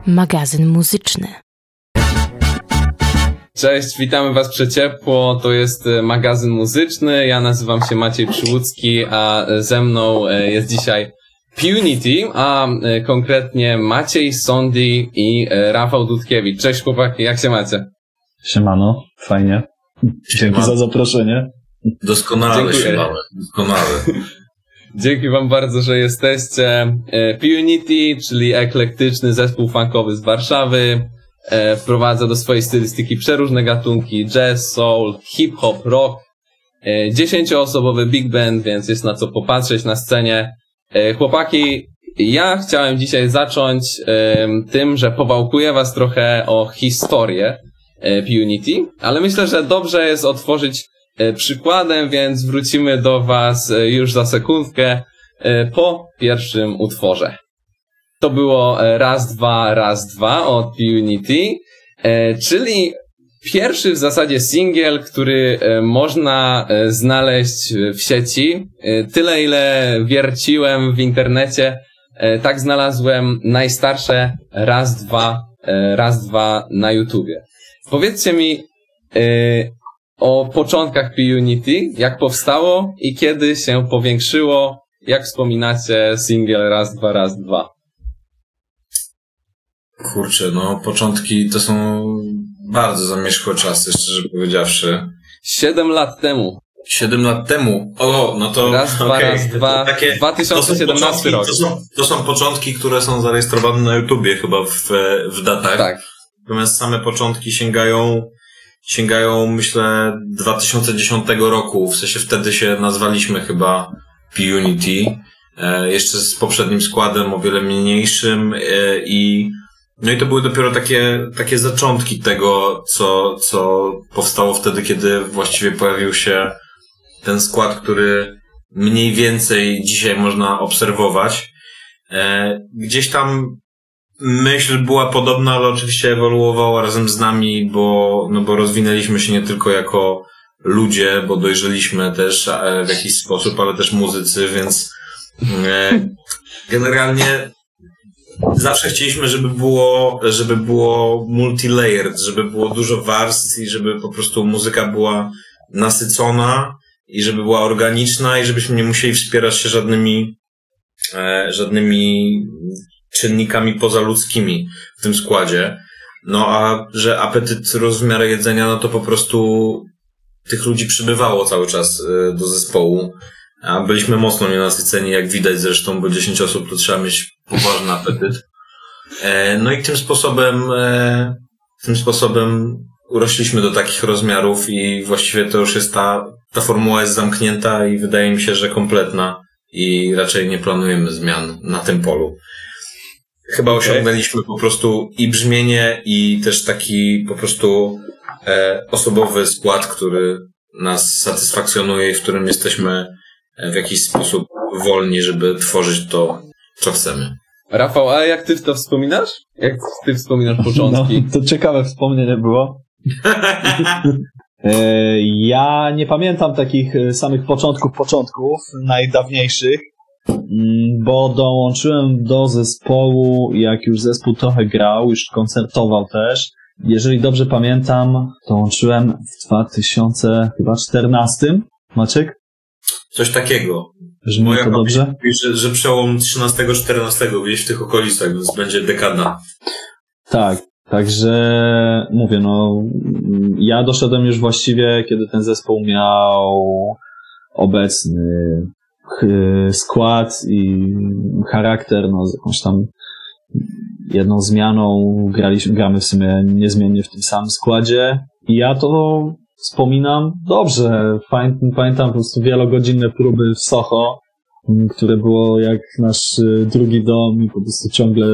magazyn muzyczny. Cześć, witamy Was przeciepło, to jest magazyn muzyczny, ja nazywam się Maciej Przyłódzki, a ze mną jest dzisiaj Punity, a konkretnie Maciej Sondy i Rafał Dudkiewicz. Cześć chłopaki, jak się macie? Siemano, fajnie. Dzięki za zaproszenie. Doskonale się mamy, doskonale. Dzięki Wam bardzo, że jesteście. Punity, czyli eklaktyczny zespół funkowy z Warszawy, wprowadza do swojej stylistyki przeróżne gatunki: jazz, soul, hip-hop, rock. 10-osobowy big band, więc jest na co popatrzeć na scenie. Chłopaki, ja chciałem dzisiaj zacząć tym, że powałkuję Was trochę o historię Punity, ale myślę, że dobrze jest otworzyć przykładem, więc wrócimy do Was już za sekundkę po pierwszym utworze. To było raz, dwa od Punity, czyli pierwszy w zasadzie singiel, który można znaleźć w sieci. Tyle, ile wierciłem w internecie, tak znalazłem najstarsze raz, dwa na YouTubie. Powiedzcie mi o początkach Punity, jak powstało i kiedy się powiększyło, jak wspominacie singiel raz, dwa. Kurczę, no początki to są bardzo zamierzchłe czasy, szczerze powiedziawszy. 7 lat temu. 7 lat temu? O, no to... Raz, dwa, 2017 rok. To są początki, które są zarejestrowane na YouTubie chyba w datach. Tak. Natomiast same początki sięgają myślę 2010 roku. W sensie wtedy się nazwaliśmy chyba Punity. Jeszcze z poprzednim składem o wiele mniejszym no i to były dopiero takie zaczątki tego, co powstało wtedy, kiedy właściwie pojawił się ten skład, który mniej więcej dzisiaj można obserwować. Gdzieś tam myśl była podobna, ale oczywiście ewoluowała razem z nami, bo rozwinęliśmy się nie tylko jako ludzie, bo dojrzeliśmy też w jakiś sposób, ale też muzycy, więc generalnie zawsze chcieliśmy, żeby było multi-layered, żeby było dużo warstw i żeby po prostu muzyka była nasycona i żeby była organiczna i żebyśmy nie musieli wspierać się żadnymi czynnikami pozaludzkimi w tym składzie. No a że apetyt rozumie miarę jedzenia, no to po prostu tych ludzi przybywało cały czas do zespołu. A byliśmy mocno nienasyceni, jak widać zresztą, bo 10 osób to trzeba mieć poważny apetyt. No i tym sposobem urośliśmy do takich rozmiarów i właściwie to już jest ta formuła jest zamknięta i wydaje mi się, że kompletna i raczej nie planujemy zmian na tym polu. Chyba osiągnęliśmy po prostu i brzmienie i też taki po prostu osobowy skład, który nas satysfakcjonuje i w którym jesteśmy w jakiś sposób wolni, żeby tworzyć to, co chcemy. Rafał, a jak ty to wspominasz? Jak ty wspominasz początki? No, to ciekawe wspomnienie było. Ja nie pamiętam takich samych początków, najdawniejszych, bo dołączyłem do zespołu, jak już zespół trochę grał, już koncertował też. Jeżeli dobrze pamiętam, dołączyłem w 2014. Maciek? Coś takiego. Brzmi to dobrze? Że przełom 13-14 gdzieś w tych okolicach, więc będzie dekada. Tak, także mówię, no ja doszedłem już właściwie, kiedy ten zespół miał obecny skład i charakter, no z jakąś tam jedną zmianą gramy w sumie niezmiennie w tym samym składzie i ja to wspominam dobrze. Pamiętam po prostu wielogodzinne próby w Soho, które było jak nasz drugi dom i po prostu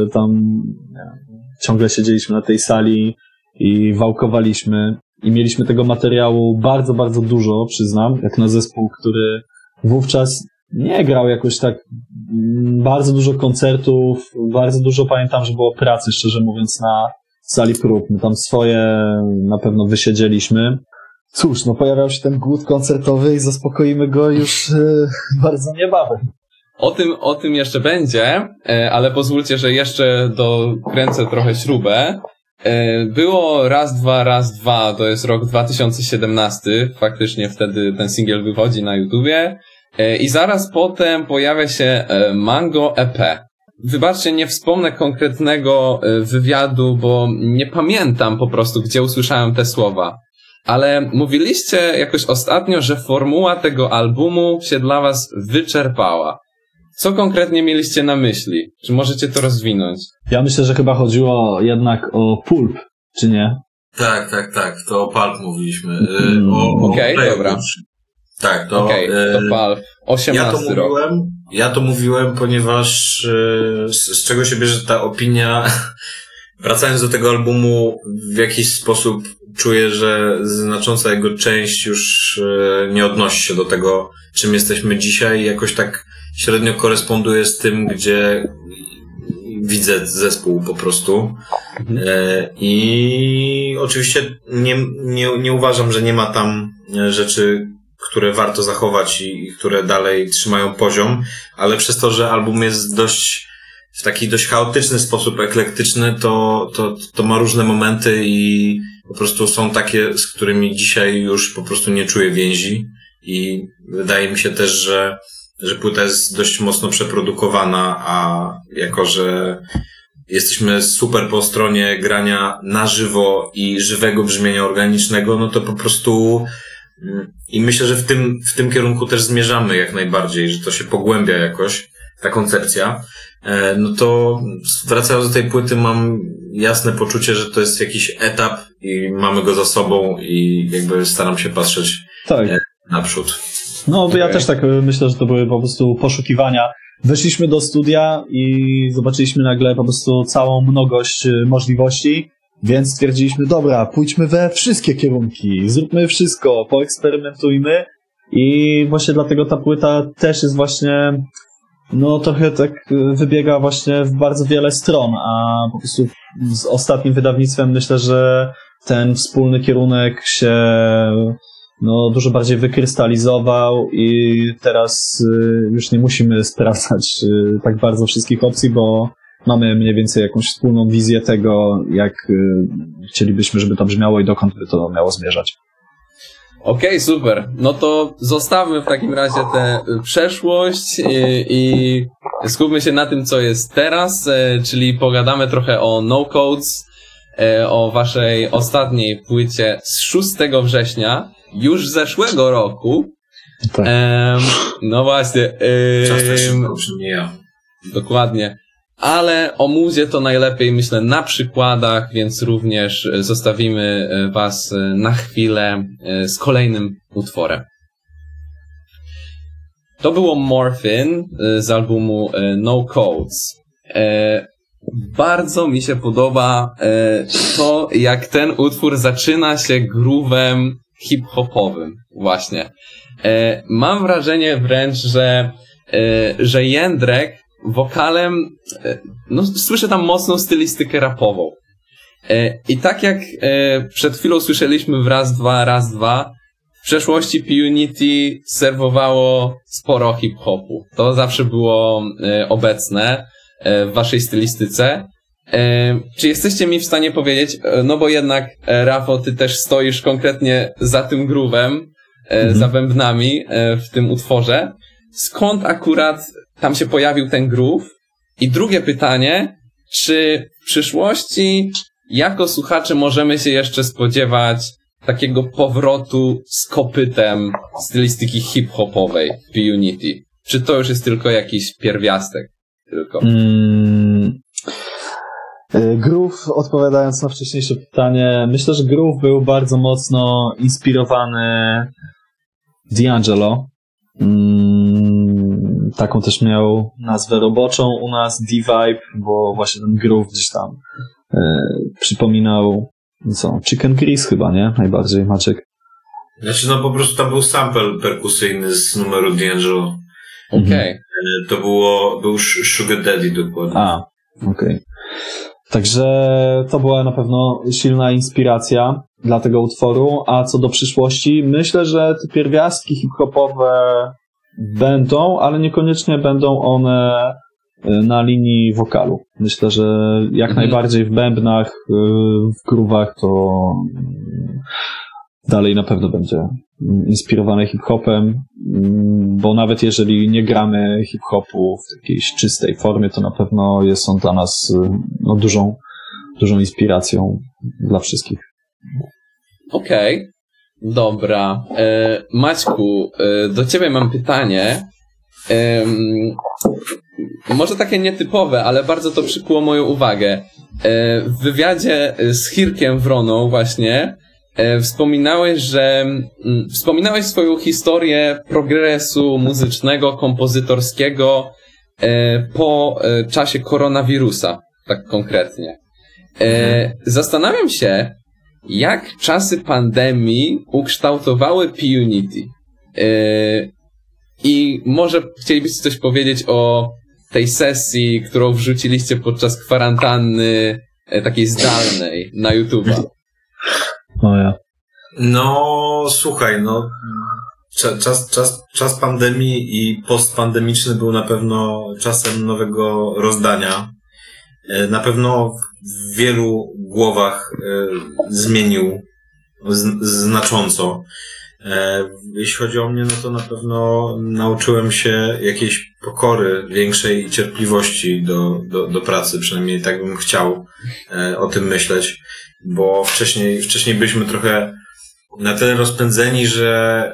ciągle siedzieliśmy na tej sali i wałkowaliśmy i mieliśmy tego materiału bardzo, bardzo dużo, przyznam, jak na zespół, który wówczas nie grał jakoś tak bardzo dużo koncertów, bardzo dużo pamiętam, że było pracy, szczerze mówiąc, na sali prób. My tam swoje na pewno wysiedzieliśmy. Cóż, no pojawiał się ten głód koncertowy i zaspokoimy go już bardzo niebawem. O tym jeszcze będzie, ale pozwólcie, że jeszcze dokręcę trochę śrubę. Było raz, dwa, to jest rok 2017, faktycznie wtedy ten singiel wychodzi na YouTubie i zaraz potem pojawia się Mango EP. Wybaczcie, nie wspomnę konkretnego wywiadu, bo nie pamiętam po prostu, gdzie usłyszałem te słowa. Ale mówiliście jakoś ostatnio, że formuła tego albumu się dla was wyczerpała. Co konkretnie mieliście na myśli? Czy możecie to rozwinąć? Ja myślę, że chyba chodziło jednak o Pulp, czy nie? Tak. To o Pulp mówiliśmy. Okej, dobra. Tak, to... to Pulp. 18 rok. Ja to mówiłem, ponieważ z czego się bierze ta opinia... Wracając do tego albumu, w jakiś sposób czuję, że znacząca jego część już nie odnosi się do tego, czym jesteśmy dzisiaj. Jakoś tak średnio koresponduje z tym, gdzie widzę zespół po prostu. I oczywiście nie uważam, że nie ma tam rzeczy, które warto zachować i które dalej trzymają poziom, ale przez to, że album jest w taki dość chaotyczny sposób eklektyczny, to ma różne momenty i po prostu są takie, z którymi dzisiaj już po prostu nie czuję więzi i wydaje mi się też, że płyta jest dość mocno przeprodukowana, a jako, że jesteśmy super po stronie grania na żywo i żywego brzmienia organicznego, no to po prostu i myślę, że w tym kierunku też zmierzamy jak najbardziej, że to się pogłębia jakoś, ta koncepcja. No to wracając do tej płyty, mam jasne poczucie, że to jest jakiś etap i mamy go za sobą i jakby staram się patrzeć naprzód. No, ja też tak myślę, że to były po prostu poszukiwania. Weszliśmy do studia i zobaczyliśmy nagle po prostu całą mnogość możliwości, więc stwierdziliśmy, dobra, pójdźmy we wszystkie kierunki, zróbmy wszystko, poeksperymentujmy i właśnie dlatego ta płyta też jest właśnie, no trochę tak wybiega właśnie w bardzo wiele stron, a po prostu z ostatnim wydawnictwem myślę, że ten wspólny kierunek się dużo bardziej wykrystalizował i teraz już nie musimy sprawdzać tak bardzo wszystkich opcji, bo mamy mniej więcej jakąś wspólną wizję tego, jak chcielibyśmy, żeby to brzmiało i dokąd by to miało zmierzać. Okej, super. No to zostawmy w takim razie tę przeszłość i skupmy się na tym, co jest teraz, czyli pogadamy trochę o No Codes, o waszej ostatniej płycie z 6 września, już zeszłego roku. Tak. No właśnie. Czas też szybko przemija. Dokładnie. Ale o muzie to najlepiej, myślę, na przykładach, więc również zostawimy was na chwilę z kolejnym utworem. To było Morphine z albumu No Codes. Bardzo mi się podoba to, jak ten utwór zaczyna się groove'em hip-hopowym, właśnie. Mam wrażenie wręcz, że Jędrek wokalem, słyszę tam mocną stylistykę rapową. I tak jak przed chwilą słyszeliśmy w raz, dwa, w przeszłości P-Unity serwowało sporo hip-hopu. To zawsze było obecne w waszej stylistyce. Czy jesteście mi w stanie powiedzieć, no bo jednak Rafał, ty też stoisz konkretnie za tym groove'em, za bębnami w tym utworze. Skąd akurat tam się pojawił ten groove? I drugie pytanie, czy w przyszłości jako słuchacze możemy się jeszcze spodziewać takiego powrotu z kopytem stylistyki hip-hopowej w P-Unity? Czy to już jest tylko jakiś pierwiastek? Groove, odpowiadając na wcześniejsze pytanie, myślę, że groove był bardzo mocno inspirowany D'Angelo. Taką też miał nazwę roboczą u nas, D-Vibe, bo właśnie ten groove gdzieś tam przypominał Chicken Grease chyba, nie? Najbardziej, Maciek. Znaczy, po prostu tam był sample perkusyjny z numeru D'Angelo. Okej. Był Sugar Daddy dokładnie. Okej. Także to była na pewno silna inspiracja dla tego utworu, a co do przyszłości, myślę, że te pierwiastki hip-hopowe będą, ale niekoniecznie będą one na linii wokalu. Myślę, że jak najbardziej w bębnach, w grówach to dalej na pewno będzie inspirowane hip-hopem, bo nawet jeżeli nie gramy hip-hopu w jakiejś czystej formie, to na pewno jest on dla nas dużą inspiracją dla wszystkich. Okej, dobra. Maćku, do ciebie mam pytanie. Może takie nietypowe, ale bardzo to przykuło moją uwagę. W wywiadzie z Hirkiem Wroną właśnie wspominałeś swoją historię progresu muzycznego, kompozytorskiego po czasie koronawirusa, tak konkretnie. Zastanawiam się, jak czasy pandemii ukształtowały P-Unity. I może chcielibyście coś powiedzieć o tej sesji, którą wrzuciliście podczas kwarantanny takiej zdalnej na YouTube'a. O ja. No, słuchaj, no czas pandemii i postpandemiczny był na pewno czasem nowego rozdania. Na pewno w wielu głowach zmienił znacząco. Jeśli chodzi o mnie, no to na pewno nauczyłem się jakiejś pokory większej i cierpliwości do pracy, przynajmniej tak bym chciał o tym myśleć, bo wcześniej byliśmy trochę na tyle rozpędzeni, że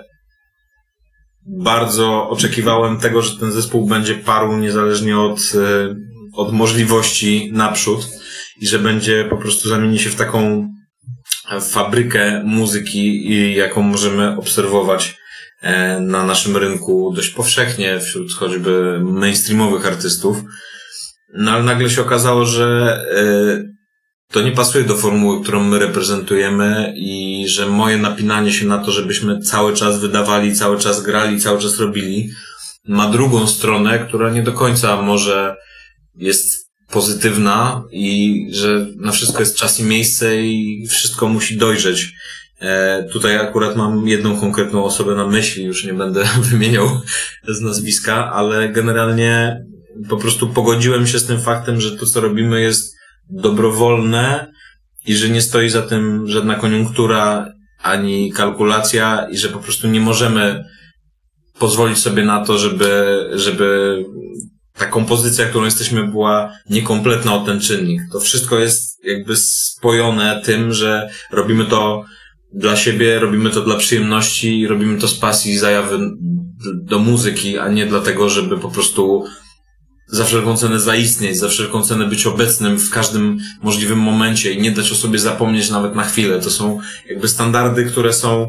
bardzo oczekiwałem tego, że ten zespół będzie parł niezależnie od możliwości naprzód i że będzie po prostu zamieni się w taką fabrykę muzyki, jaką możemy obserwować na naszym rynku dość powszechnie wśród choćby mainstreamowych artystów. No ale nagle się okazało, że to nie pasuje do formuły, którą my reprezentujemy i że moje napinanie się na to, żebyśmy cały czas wydawali, cały czas grali, cały czas robili, ma drugą stronę, która nie do końca może jest pozytywna i że na wszystko jest czas i miejsce i wszystko musi dojrzeć. Tutaj akurat mam jedną konkretną osobę na myśli, już nie będę wymieniał z nazwiska, ale generalnie po prostu pogodziłem się z tym faktem, że to, co robimy, jest dobrowolne i że nie stoi za tym żadna koniunktura ani kalkulacja i że po prostu nie możemy pozwolić sobie na to, żeby ta kompozycja, którą jesteśmy, była niekompletna o ten czynnik. To wszystko jest jakby spojone tym, że robimy to dla siebie, robimy to dla przyjemności i robimy to z pasji, zajawy do muzyki, a nie dlatego, żeby po prostu za wszelką cenę zaistnieć, za wszelką cenę być obecnym w każdym możliwym momencie i nie dać o sobie zapomnieć nawet na chwilę. To są jakby standardy, które są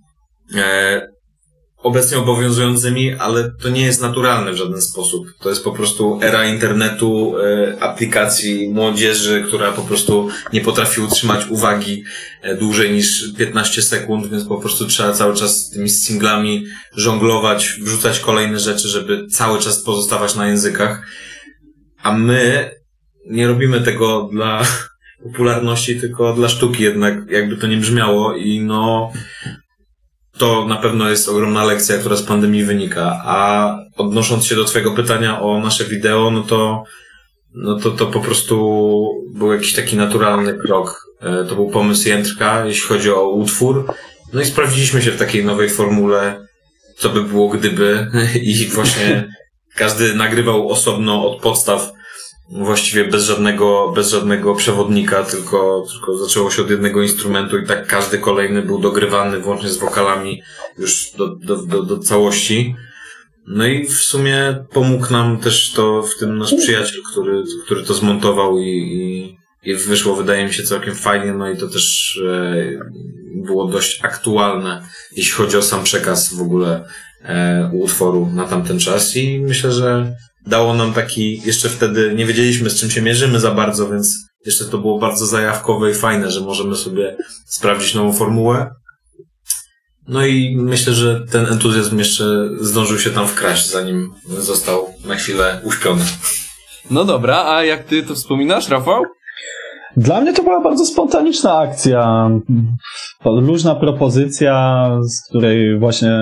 obecnie obowiązującymi, ale to nie jest naturalne w żaden sposób. To jest po prostu era internetu, aplikacji, młodzieży, która po prostu nie potrafi utrzymać uwagi dłużej niż 15 sekund, więc po prostu trzeba cały czas tymi singlami żonglować, wrzucać kolejne rzeczy, żeby cały czas pozostawać na językach. A my nie robimy tego dla popularności, tylko dla sztuki jednak, jakby to nie brzmiało i no to na pewno jest ogromna lekcja, która z pandemii wynika. A odnosząc się do twojego pytania o nasze wideo, no to po prostu był jakiś taki naturalny krok. To był pomysł Jędrka, jeśli chodzi o utwór. No i sprawdziliśmy się w takiej nowej formule, co by było gdyby. I właśnie każdy nagrywał osobno od podstaw, właściwie bez żadnego przewodnika, tylko zaczęło się od jednego instrumentu i tak każdy kolejny był dogrywany włącznie z wokalami już do całości. No i w sumie pomógł nam też to w tym nasz przyjaciel, który to zmontował i wyszło, wydaje mi się, całkiem fajnie, no i to też było dość aktualne, jeśli chodzi o sam przekaz w ogóle utworu na tamten czas i myślę, że dało nam taki, jeszcze wtedy nie wiedzieliśmy, z czym się mierzymy za bardzo, więc jeszcze to było bardzo zajawkowe i fajne, że możemy sobie sprawdzić nową formułę. No i myślę, że ten entuzjazm jeszcze zdążył się tam wkraść, zanim został na chwilę uśpiony. No dobra, a jak ty to wspominasz, Rafał? Dla mnie to była bardzo spontaniczna akcja. Luźna propozycja, z której właśnie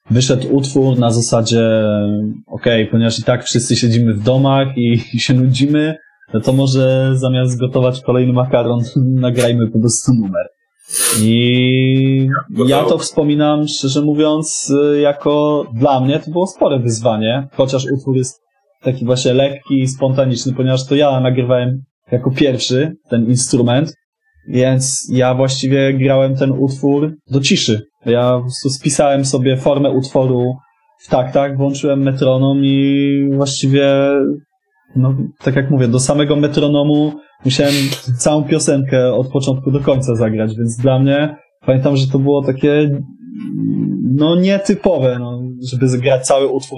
wyszedł utwór na zasadzie okej, ponieważ i tak wszyscy siedzimy w domach i się nudzimy, no to może zamiast gotować kolejny makaron, nagrajmy po prostu numer. I ja to wspominam, szczerze mówiąc, jako dla mnie to było spore wyzwanie, chociaż utwór jest taki właśnie lekki i spontaniczny, ponieważ to ja nagrywałem jako pierwszy ten instrument, więc ja właściwie grałem ten utwór do ciszy. Ja po prostu spisałem sobie formę utworu w taktach, włączyłem metronom i właściwie, no tak jak mówię, do samego metronomu musiałem całą piosenkę od początku do końca zagrać, więc dla mnie pamiętam, że to było takie no nietypowe, no, żeby zagrać cały utwór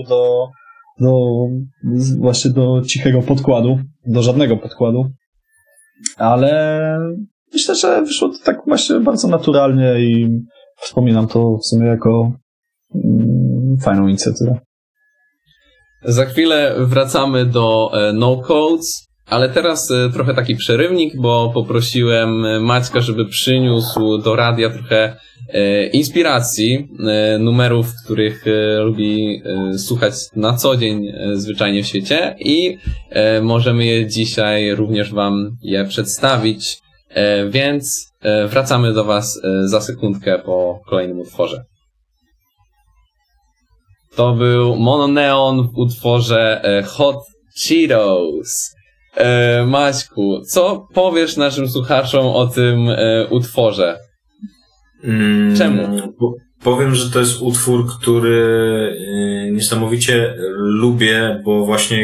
właśnie do cichego podkładu, do żadnego podkładu, ale myślę, że wyszło to tak właśnie bardzo naturalnie i wspominam to w sumie jako fajną inicjatywę. Za chwilę wracamy do No Codes, ale teraz trochę taki przerywnik, bo poprosiłem Maćka, żeby przyniósł do radia trochę inspiracji, numerów, których lubi słuchać na co dzień zwyczajnie w świecie i możemy je dzisiaj również wam je przedstawić, więc wracamy do was za sekundkę po kolejnym utworze. To był Mono Neon w utworze Hot Cheetos. Maćku, co powiesz naszym słuchaczom o tym utworze? Czemu? Powiem, że to jest utwór, który niesamowicie lubię, bo właśnie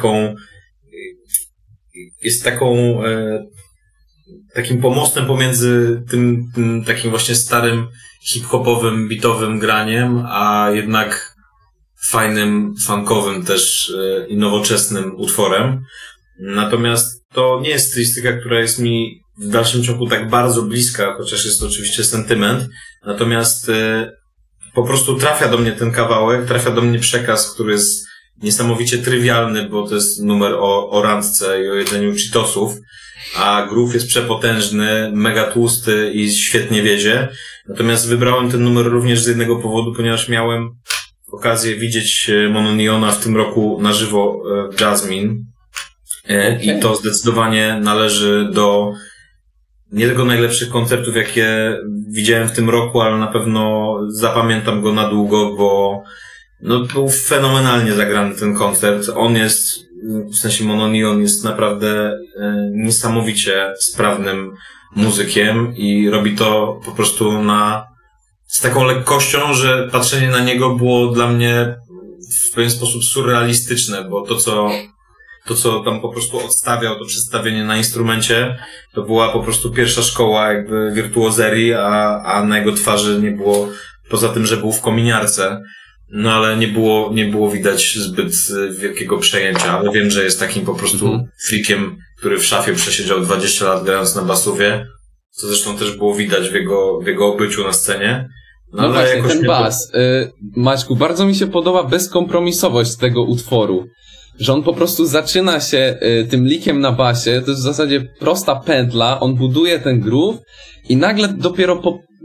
takim pomostem pomiędzy tym takim właśnie starym hip-hopowym, beatowym graniem, a jednak fajnym, funkowym też i nowoczesnym utworem. Natomiast to nie jest stylistyka, która jest mi w dalszym ciągu tak bardzo bliska, chociaż jest to oczywiście sentyment. Natomiast po prostu trafia do mnie ten kawałek, trafia do mnie przekaz, który jest niesamowicie trywialny, bo to jest numer o randce i o jedzeniu Cheetosów, a groove jest przepotężny, mega tłusty i świetnie wiedzie. Natomiast wybrałem ten numer również z jednego powodu, ponieważ miałem okazję widzieć Mono Neona w tym roku na żywo w Jasmine. Okay. I to zdecydowanie należy do nie tylko najlepszych koncertów, jakie widziałem w tym roku, ale na pewno zapamiętam go na długo, bo no, był fenomenalnie zagrany ten koncert. On jest, w sensie Mono Neon jest naprawdę niesamowicie sprawnym muzykiem i robi to po prostu z taką lekkością, że patrzenie na niego było dla mnie w pewien sposób surrealistyczne, bo to, co tam po prostu odstawiał, to przedstawienie na instrumencie, to była po prostu pierwsza szkoła jakby wirtuozerii, a na jego twarzy nie było, poza tym, że był w kominiarce, no ale nie było widać zbyt wielkiego przejęcia, ale wiem, że jest takim po prostu freakiem, który w szafie przesiedział 20 lat grając na basówie, co zresztą też było widać w jego obyciu na scenie. No właśnie, ten bas. Maćku, bardzo mi się podoba bezkompromisowość tego utworu. Że on po prostu zaczyna się tym likiem na basie, to jest w zasadzie prosta pętla, on buduje ten groove i nagle dopiero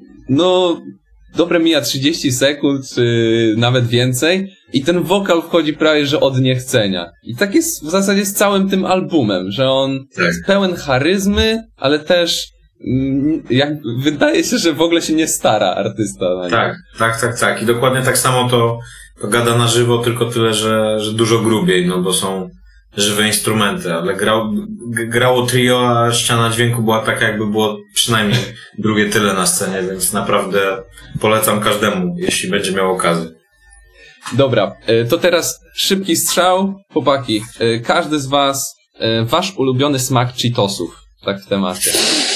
dobre mija 30 sekund, czy nawet więcej i ten wokal wchodzi prawie, że od niechcenia. I tak jest w zasadzie z całym tym albumem, że on jest pełen charyzmy, ale też wydaje się, że w ogóle się nie stara artysta na nim. Tak. I dokładnie tak samo to gada na żywo, tylko tyle, że dużo grubiej, no bo są żywe instrumenty, ale grało trio, a ściana dźwięku była taka, jakby było przynajmniej drugie tyle na scenie, więc naprawdę polecam każdemu, jeśli będzie miał okazję. Dobra, to teraz szybki strzał. Chłopaki, każdy z was, wasz ulubiony smak Cheetosów, tak w temacie.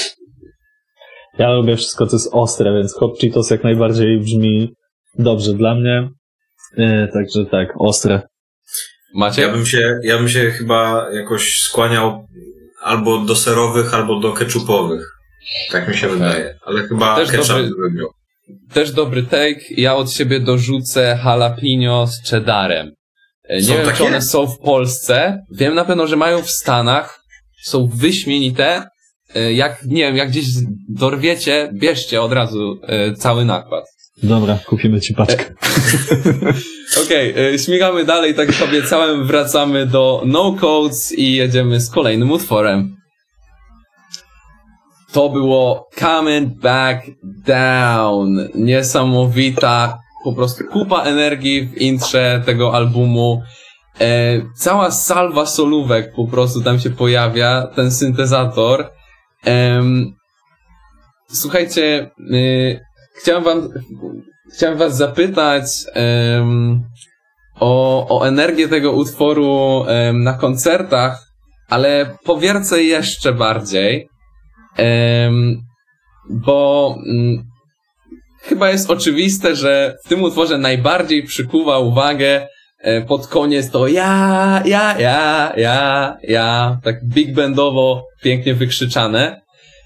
Ja lubię wszystko, co jest ostre, więc Hot Cheetos jak najbardziej brzmi dobrze dla mnie. Także tak, ostre. Macie? Ja bym się chyba jakoś skłaniał albo do serowych, albo do ketchupowych. Tak mi się wydaje. Ale chyba ketchup bym lubił. Też dobry take. Ja od siebie dorzucę jalapeno z cheddarem. Nie wiem, czy one są w Polsce. Wiem na pewno, że mają w Stanach. Są wyśmienite. Jak gdzieś dorwiecie, bierzcie od razu cały nakład. Dobra, kupimy ci paczkę. Okej, śmigamy dalej, tak jak obiecałem, wracamy do No Codes i jedziemy z kolejnym utworem. To było Coming Back Down. Niesamowita, po prostu kupa energii w intrze tego albumu. Cała salwa solówek po prostu tam się pojawia, ten syntezator. Słuchajcie, chciałem was zapytać o energię tego utworu na koncertach, ale powiercę jeszcze bardziej, bo chyba jest oczywiste, że w tym utworze najbardziej przykuwa uwagę pod koniec to tak big bandowo pięknie wykrzyczane.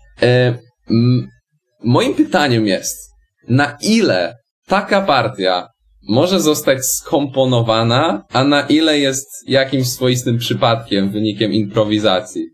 Moim pytaniem jest, na ile taka partia może zostać skomponowana, a na ile jest jakimś swoistym przypadkiem, wynikiem improwizacji?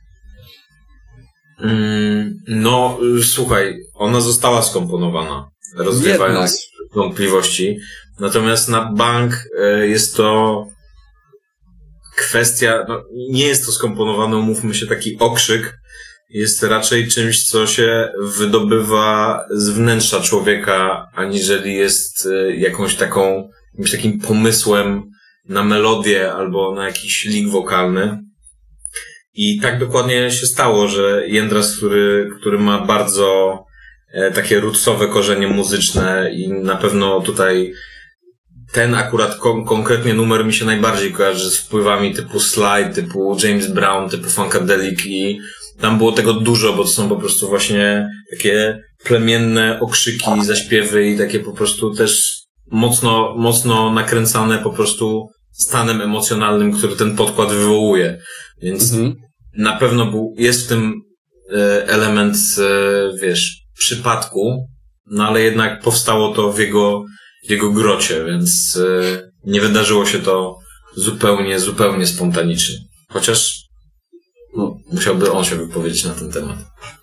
No, słuchaj, ona została skomponowana, rozwiewając wątpliwości. Natomiast na bank jest to kwestia, no, nie jest to skomponowane, umówmy się, taki okrzyk, jest raczej czymś, co się wydobywa z wnętrza człowieka, aniżeli jest jakimś takim pomysłem na melodię albo na jakiś lig wokalny. I tak dokładnie się stało, że Jędras, który ma bardzo takie rootsowe korzenie muzyczne i na pewno tutaj ten akurat konkretnie numer mi się najbardziej kojarzy z wpływami typu Slide, typu James Brown, typu Funkadelic i tam było tego dużo, bo to są po prostu właśnie takie plemienne okrzyki, zaśpiewy i takie po prostu też mocno nakręcane po prostu stanem emocjonalnym, który ten podkład wywołuje. Więc na pewno jest w tym element, przypadku, no ale jednak powstało to w jego grocie, więc nie wydarzyło się to zupełnie spontanicznie. Chociaż musiałby on się wypowiedzieć na ten temat.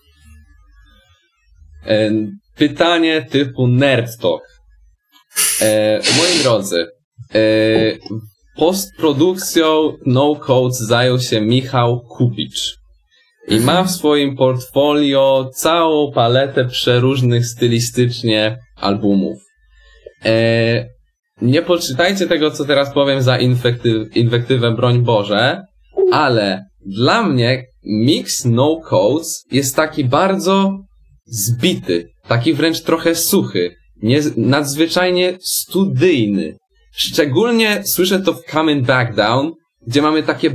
Pytanie typu Nerd Talk. Moi drodzy, postprodukcją No Codes zajął się Michał Kubicz i ma w swoim portfolio całą paletę przeróżnych stylistycznie albumów. Nie poczytajcie tego, co teraz powiem za inwektywę, broń Boże, ale dla mnie mix No Codes jest taki bardzo zbity, taki wręcz trochę suchy, nadzwyczajnie studyjny. Szczególnie słyszę to w Coming Back Down, gdzie mamy takie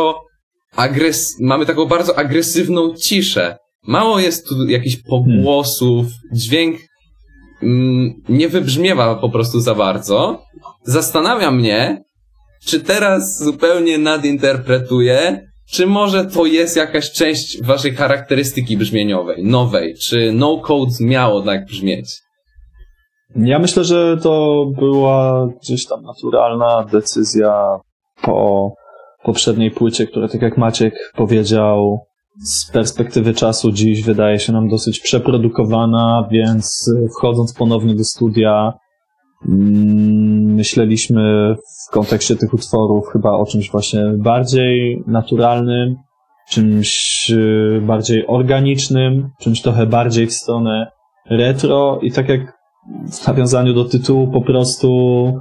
mamy taką bardzo agresywną ciszę. Mało jest tu jakichś pogłosów, dźwięk nie wybrzmiewa po prostu za bardzo. Zastanawia mnie, czy teraz zupełnie nadinterpretuję, czy może to jest jakaś część waszej charakterystyki brzmieniowej, nowej, czy No Codes miało tak brzmieć? Ja myślę, że to była gdzieś tam naturalna decyzja po poprzedniej płycie, która, tak jak Maciek powiedział, z perspektywy czasu dziś wydaje się nam dosyć przeprodukowana, więc wchodząc ponownie do studia myśleliśmy w kontekście tych utworów chyba o czymś właśnie bardziej naturalnym, czymś bardziej organicznym, czymś trochę bardziej w stronę retro i tak jak w nawiązaniu do tytułu po prostu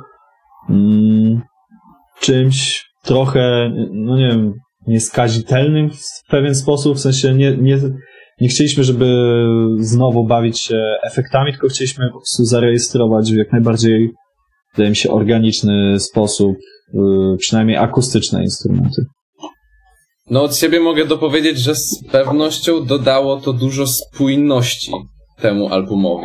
czymś trochę, no nie wiem, nieskazitelnym w pewien sposób, w sensie nie chcieliśmy, żeby znowu bawić się efektami, tylko chcieliśmy po prostu zarejestrować w jak najbardziej, wydaje mi się, organiczny sposób, przynajmniej akustyczne instrumenty. No od siebie mogę dopowiedzieć, że z pewnością dodało to dużo spójności temu albumowi.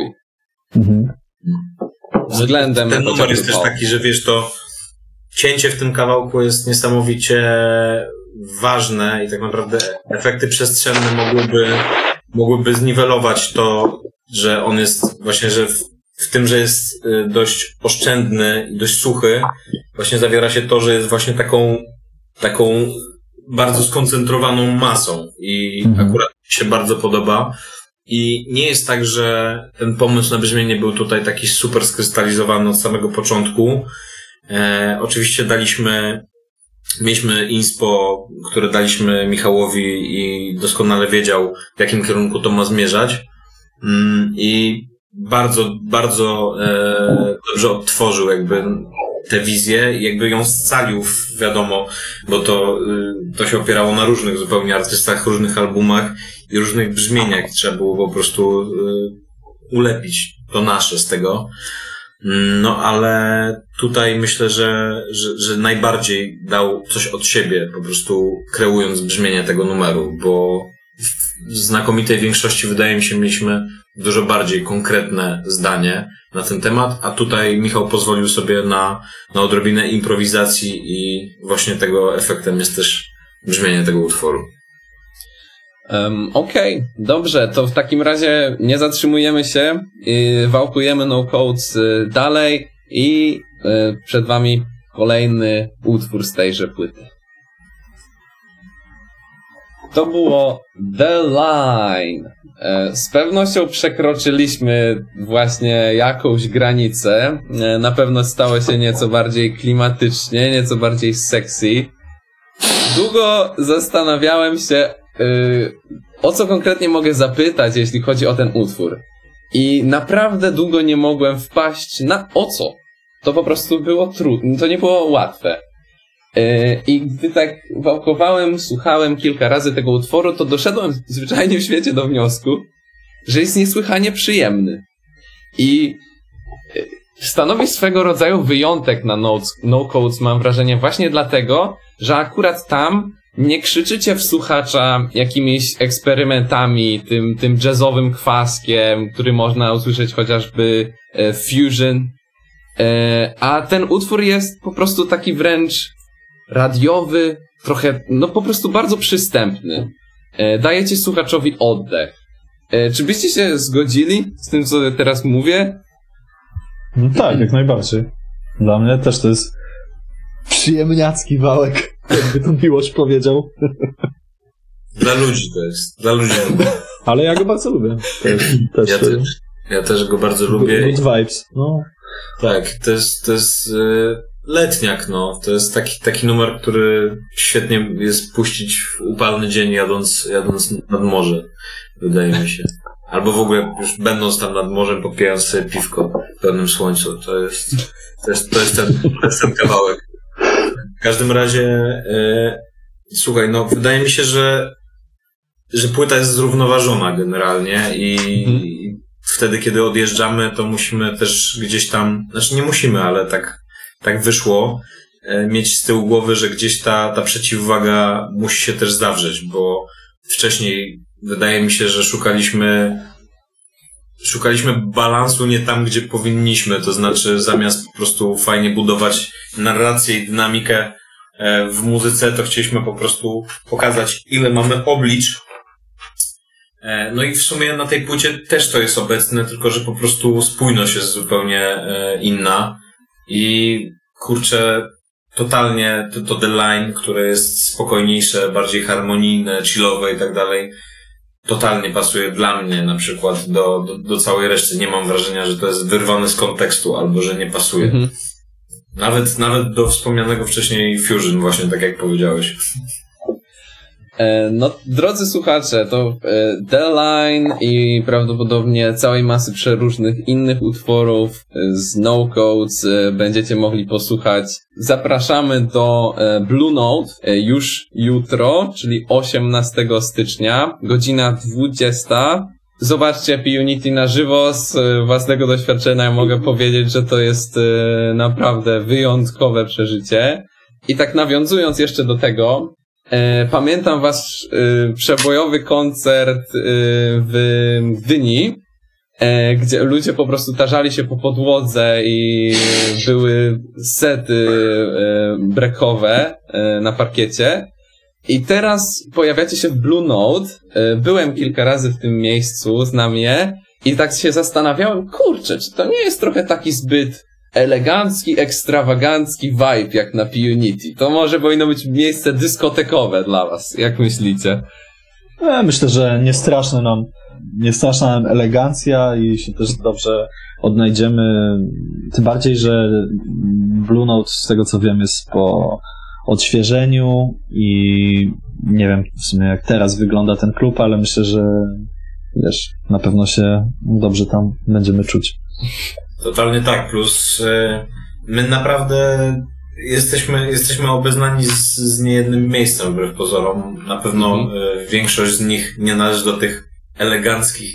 Względem ten numer jest też taki, że wiesz, to cięcie w tym kawałku jest niesamowicie ważne i tak naprawdę efekty przestrzenne mogłyby zniwelować to, że on jest właśnie, że w tym, że jest dość oszczędny i dość suchy, właśnie zawiera się to, że jest właśnie taką bardzo skoncentrowaną masą i akurat mi się bardzo podoba. I nie jest tak, że ten pomysł na brzmienie był tutaj taki super skrystalizowany od samego początku. Oczywiście mieliśmy inspo, które daliśmy Michałowi i doskonale wiedział, w jakim kierunku to ma zmierzać. I bardzo, bardzo dobrze odtworzył jakby tę wizję i jakby ją scalił, wiadomo, bo to się opierało na różnych zupełnie artystach, różnych albumach i różnych brzmieniach. Trzeba było po prostu ulepić to nasze z tego. No ale tutaj myślę, że najbardziej dał coś od siebie, po prostu kreując brzmienie tego numeru, bo w znakomitej większości, wydaje mi się, mieliśmy dużo bardziej konkretne zdanie na ten temat, a tutaj Michał pozwolił sobie na odrobinę improwizacji i właśnie tego efektem jest też brzmienie tego utworu. Okej, dobrze, to w takim razie nie zatrzymujemy się, wałkujemy No Codes dalej i przed wami kolejny utwór z tejże płyty. To było The Line. Z pewnością przekroczyliśmy właśnie jakąś granicę. Na pewno stało się nieco bardziej klimatycznie, nieco bardziej sexy. Długo zastanawiałem się, o co konkretnie mogę zapytać, jeśli chodzi o ten utwór. I naprawdę długo nie mogłem wpaść na o co. To po prostu było trudne, to nie było łatwe. I gdy tak wałkowałem, słuchałem kilka razy tego utworu, to doszedłem zwyczajnie w świecie do wniosku, że jest niesłychanie przyjemny. I stanowi swego rodzaju wyjątek na No Codes, mam wrażenie, właśnie dlatego, że akurat tam nie krzyczycie w słuchacza jakimiś eksperymentami, tym jazzowym kwaskiem, który można usłyszeć chociażby Fusion, a ten utwór jest po prostu taki wręcz radiowy, trochę, no po prostu bardzo przystępny. Dajecie słuchaczowi oddech. Czy byście się zgodzili z tym, co teraz mówię? No tak, jak najbardziej. Dla mnie też to jest przyjemniacki wałek, jakby to Miłosz powiedział. Dla ludzi to jest, dla ludzi. Ale ja go bardzo lubię. Ja też go bardzo lubię. Good vibes, no. Tak, to jest letniak, no. To jest taki numer, który świetnie jest puścić w upalny dzień jadąc nad morze, wydaje mi się. Albo w ogóle już będąc tam nad morzem, popijając sobie piwko w pełnym słońcu. To jest ten kawałek. W każdym razie, słuchaj, no wydaje mi się, że płyta jest zrównoważona generalnie i wtedy, kiedy odjeżdżamy, to musimy też gdzieś tam, znaczy nie musimy, ale tak wyszło, mieć z tyłu głowy, że gdzieś ta przeciwwaga musi się też zawrzeć, bo wcześniej wydaje mi się, że szukaliśmy balansu nie tam, gdzie powinniśmy, to znaczy zamiast po prostu fajnie budować narrację i dynamikę w muzyce, to chcieliśmy po prostu pokazać, ile mamy oblicz. No i w sumie na tej płycie też to jest obecne, tylko że po prostu spójność jest zupełnie inna i kurczę, totalnie to The Line, które jest spokojniejsze, bardziej harmonijne, chillowe i tak dalej, totalnie pasuje dla mnie na przykład do całej reszty. Nie mam wrażenia, że to jest wyrwane z kontekstu albo że nie pasuje. Nawet do wspomnianego wcześniej Fusion, właśnie tak jak powiedziałeś. No, drodzy słuchacze, to The Line i prawdopodobnie całej masy przeróżnych innych utworów z No Codes będziecie mogli posłuchać. Zapraszamy do Blue Note już jutro, czyli 18 stycznia, godzina 20. Zobaczcie P-Unity na żywo. Z własnego doświadczenia mogę powiedzieć, że to jest naprawdę wyjątkowe przeżycie. I tak nawiązując jeszcze do tego, pamiętam wasz przebojowy koncert w Gdyni, gdzie ludzie po prostu tarzali się po podłodze i były sety breakowe na parkiecie. I teraz pojawiacie się w Blue Note. Byłem kilka razy w tym miejscu, znam je i tak się zastanawiałem, kurczę, czy to nie jest trochę taki zbyt elegancki, ekstrawagancki vibe jak na P-Unity. To może powinno być miejsce dyskotekowe dla was. Jak myślicie? Myślę, że nie straszne nam niestraszna elegancja i się też dobrze odnajdziemy. Tym bardziej, że Blue Note, z tego co wiem, jest po odświeżeniu i nie wiem w sumie jak teraz wygląda ten klub, ale myślę, że wiesz, na pewno się dobrze tam będziemy czuć. Totalnie tak, plus my naprawdę jesteśmy obeznani z niejednym miejscem wbrew pozorom. Na pewno większość z nich nie należy do tych eleganckich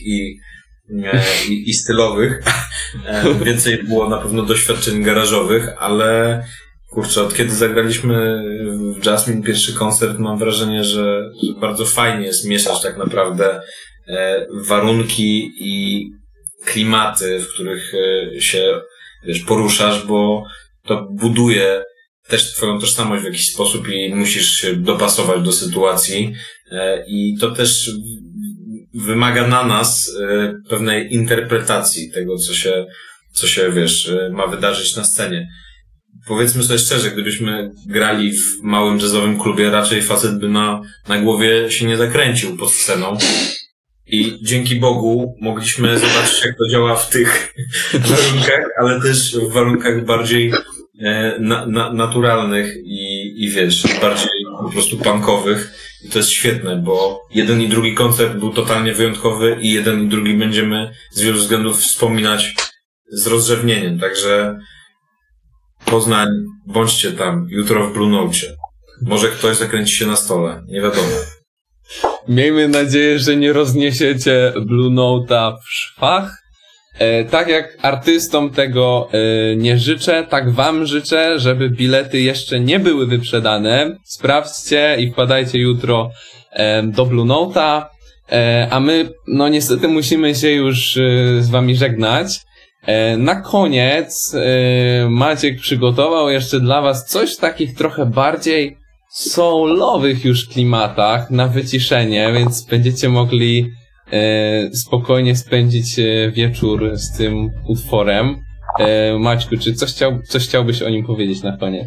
i stylowych. Więcej było na pewno doświadczeń garażowych, ale kurczę, od kiedy zagraliśmy w Jasmine pierwszy koncert, mam wrażenie, że bardzo fajnie jest mieszać tak naprawdę warunki i klimaty, w których się poruszasz, bo to buduje też twoją tożsamość w jakiś sposób i musisz się dopasować do sytuacji i to też wymaga na nas pewnej interpretacji tego, co się ma wydarzyć na scenie. Powiedzmy sobie szczerze, gdybyśmy grali w małym jazzowym klubie, raczej facet by na głowie się nie zakręcił pod sceną. I dzięki Bogu mogliśmy zobaczyć, jak to działa w tych warunkach, ale też w warunkach bardziej naturalnych i bardziej po prostu punkowych. I to jest świetne, bo jeden i drugi koncert był totalnie wyjątkowy i jeden i drugi będziemy z wielu względów wspominać z rozrzewnieniem. Także Poznań, bądźcie tam jutro w Blue Note. Może ktoś zakręci się na stole, nie wiadomo. Miejmy nadzieję, że nie rozniesiecie Blue Note'a w szwach. Tak jak artystom tego nie życzę, tak wam życzę, żeby bilety jeszcze nie były wyprzedane. Sprawdźcie i wpadajcie jutro do Blue Note'a. A my, no niestety musimy się już z wami żegnać. Na koniec Maciek przygotował jeszcze dla was coś w takich trochę bardziej soulowych już klimatach na wyciszenie, więc będziecie mogli spokojnie spędzić wieczór z tym utworem. Maćku, czy coś chciałbyś o nim powiedzieć na koniec?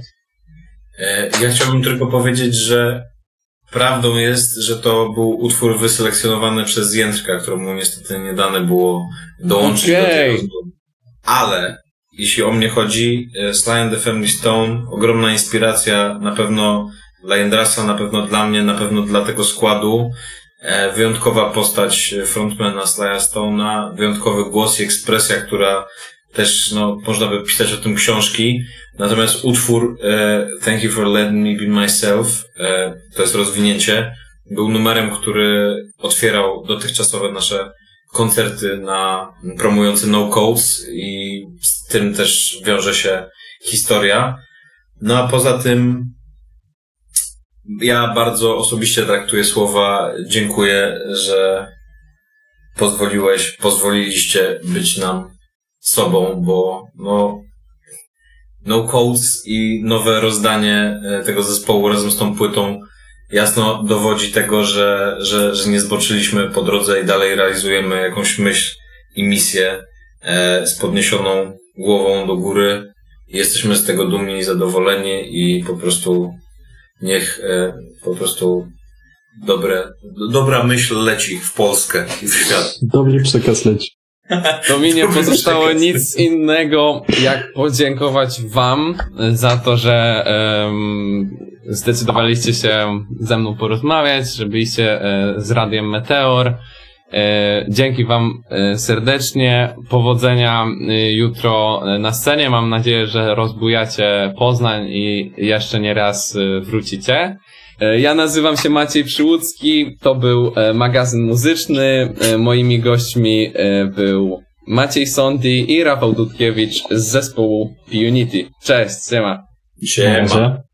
Ja chciałbym tylko powiedzieć, że prawdą jest, że to był utwór wyselekcjonowany przez Jędrka, któremu niestety nie dane było dołączyć do tego zbioru. Ale jeśli o mnie chodzi, Sly and the Family Stone, ogromna inspiracja na pewno dla Jędrasa, na pewno dla mnie, na pewno dla tego składu. Wyjątkowa postać frontmana Sly'a Stone'a, wyjątkowy głos i ekspresja, która też, no, można by pisać o tym książki. Natomiast utwór Thank You for Letting Me Be Myself, to jest rozwinięcie, był numerem, który otwierał dotychczasowe nasze koncerty promujące No Codes i z tym też wiąże się historia. No a poza tym ja bardzo osobiście traktuję słowa dziękuję, że pozwoliliście być nam sobą, bo No Codes i nowe rozdanie tego zespołu razem z tą płytą jasno dowodzi tego, że nie zboczyliśmy po drodze i dalej realizujemy jakąś myśl i misję z podniesioną głową do góry. Jesteśmy z tego dumni i zadowoleni i po prostu niech dobra myśl leci w Polskę i w świat. Dobry przekaz leci. To mi nie pozostało nic innego, jak podziękować wam za to, że zdecydowaliście się ze mną porozmawiać, że byliście z Radiem Meteor. Dzięki wam serdecznie. Powodzenia jutro na scenie. Mam nadzieję, że rozbujacie Poznań i jeszcze nie raz wrócicie. Ja nazywam się Maciej Przyłódzki, to był magazyn muzyczny. Moimi gośćmi był Maciej Sondi i Rafał Dudkiewicz z zespołu P-Unity. Cześć, siema. Siema.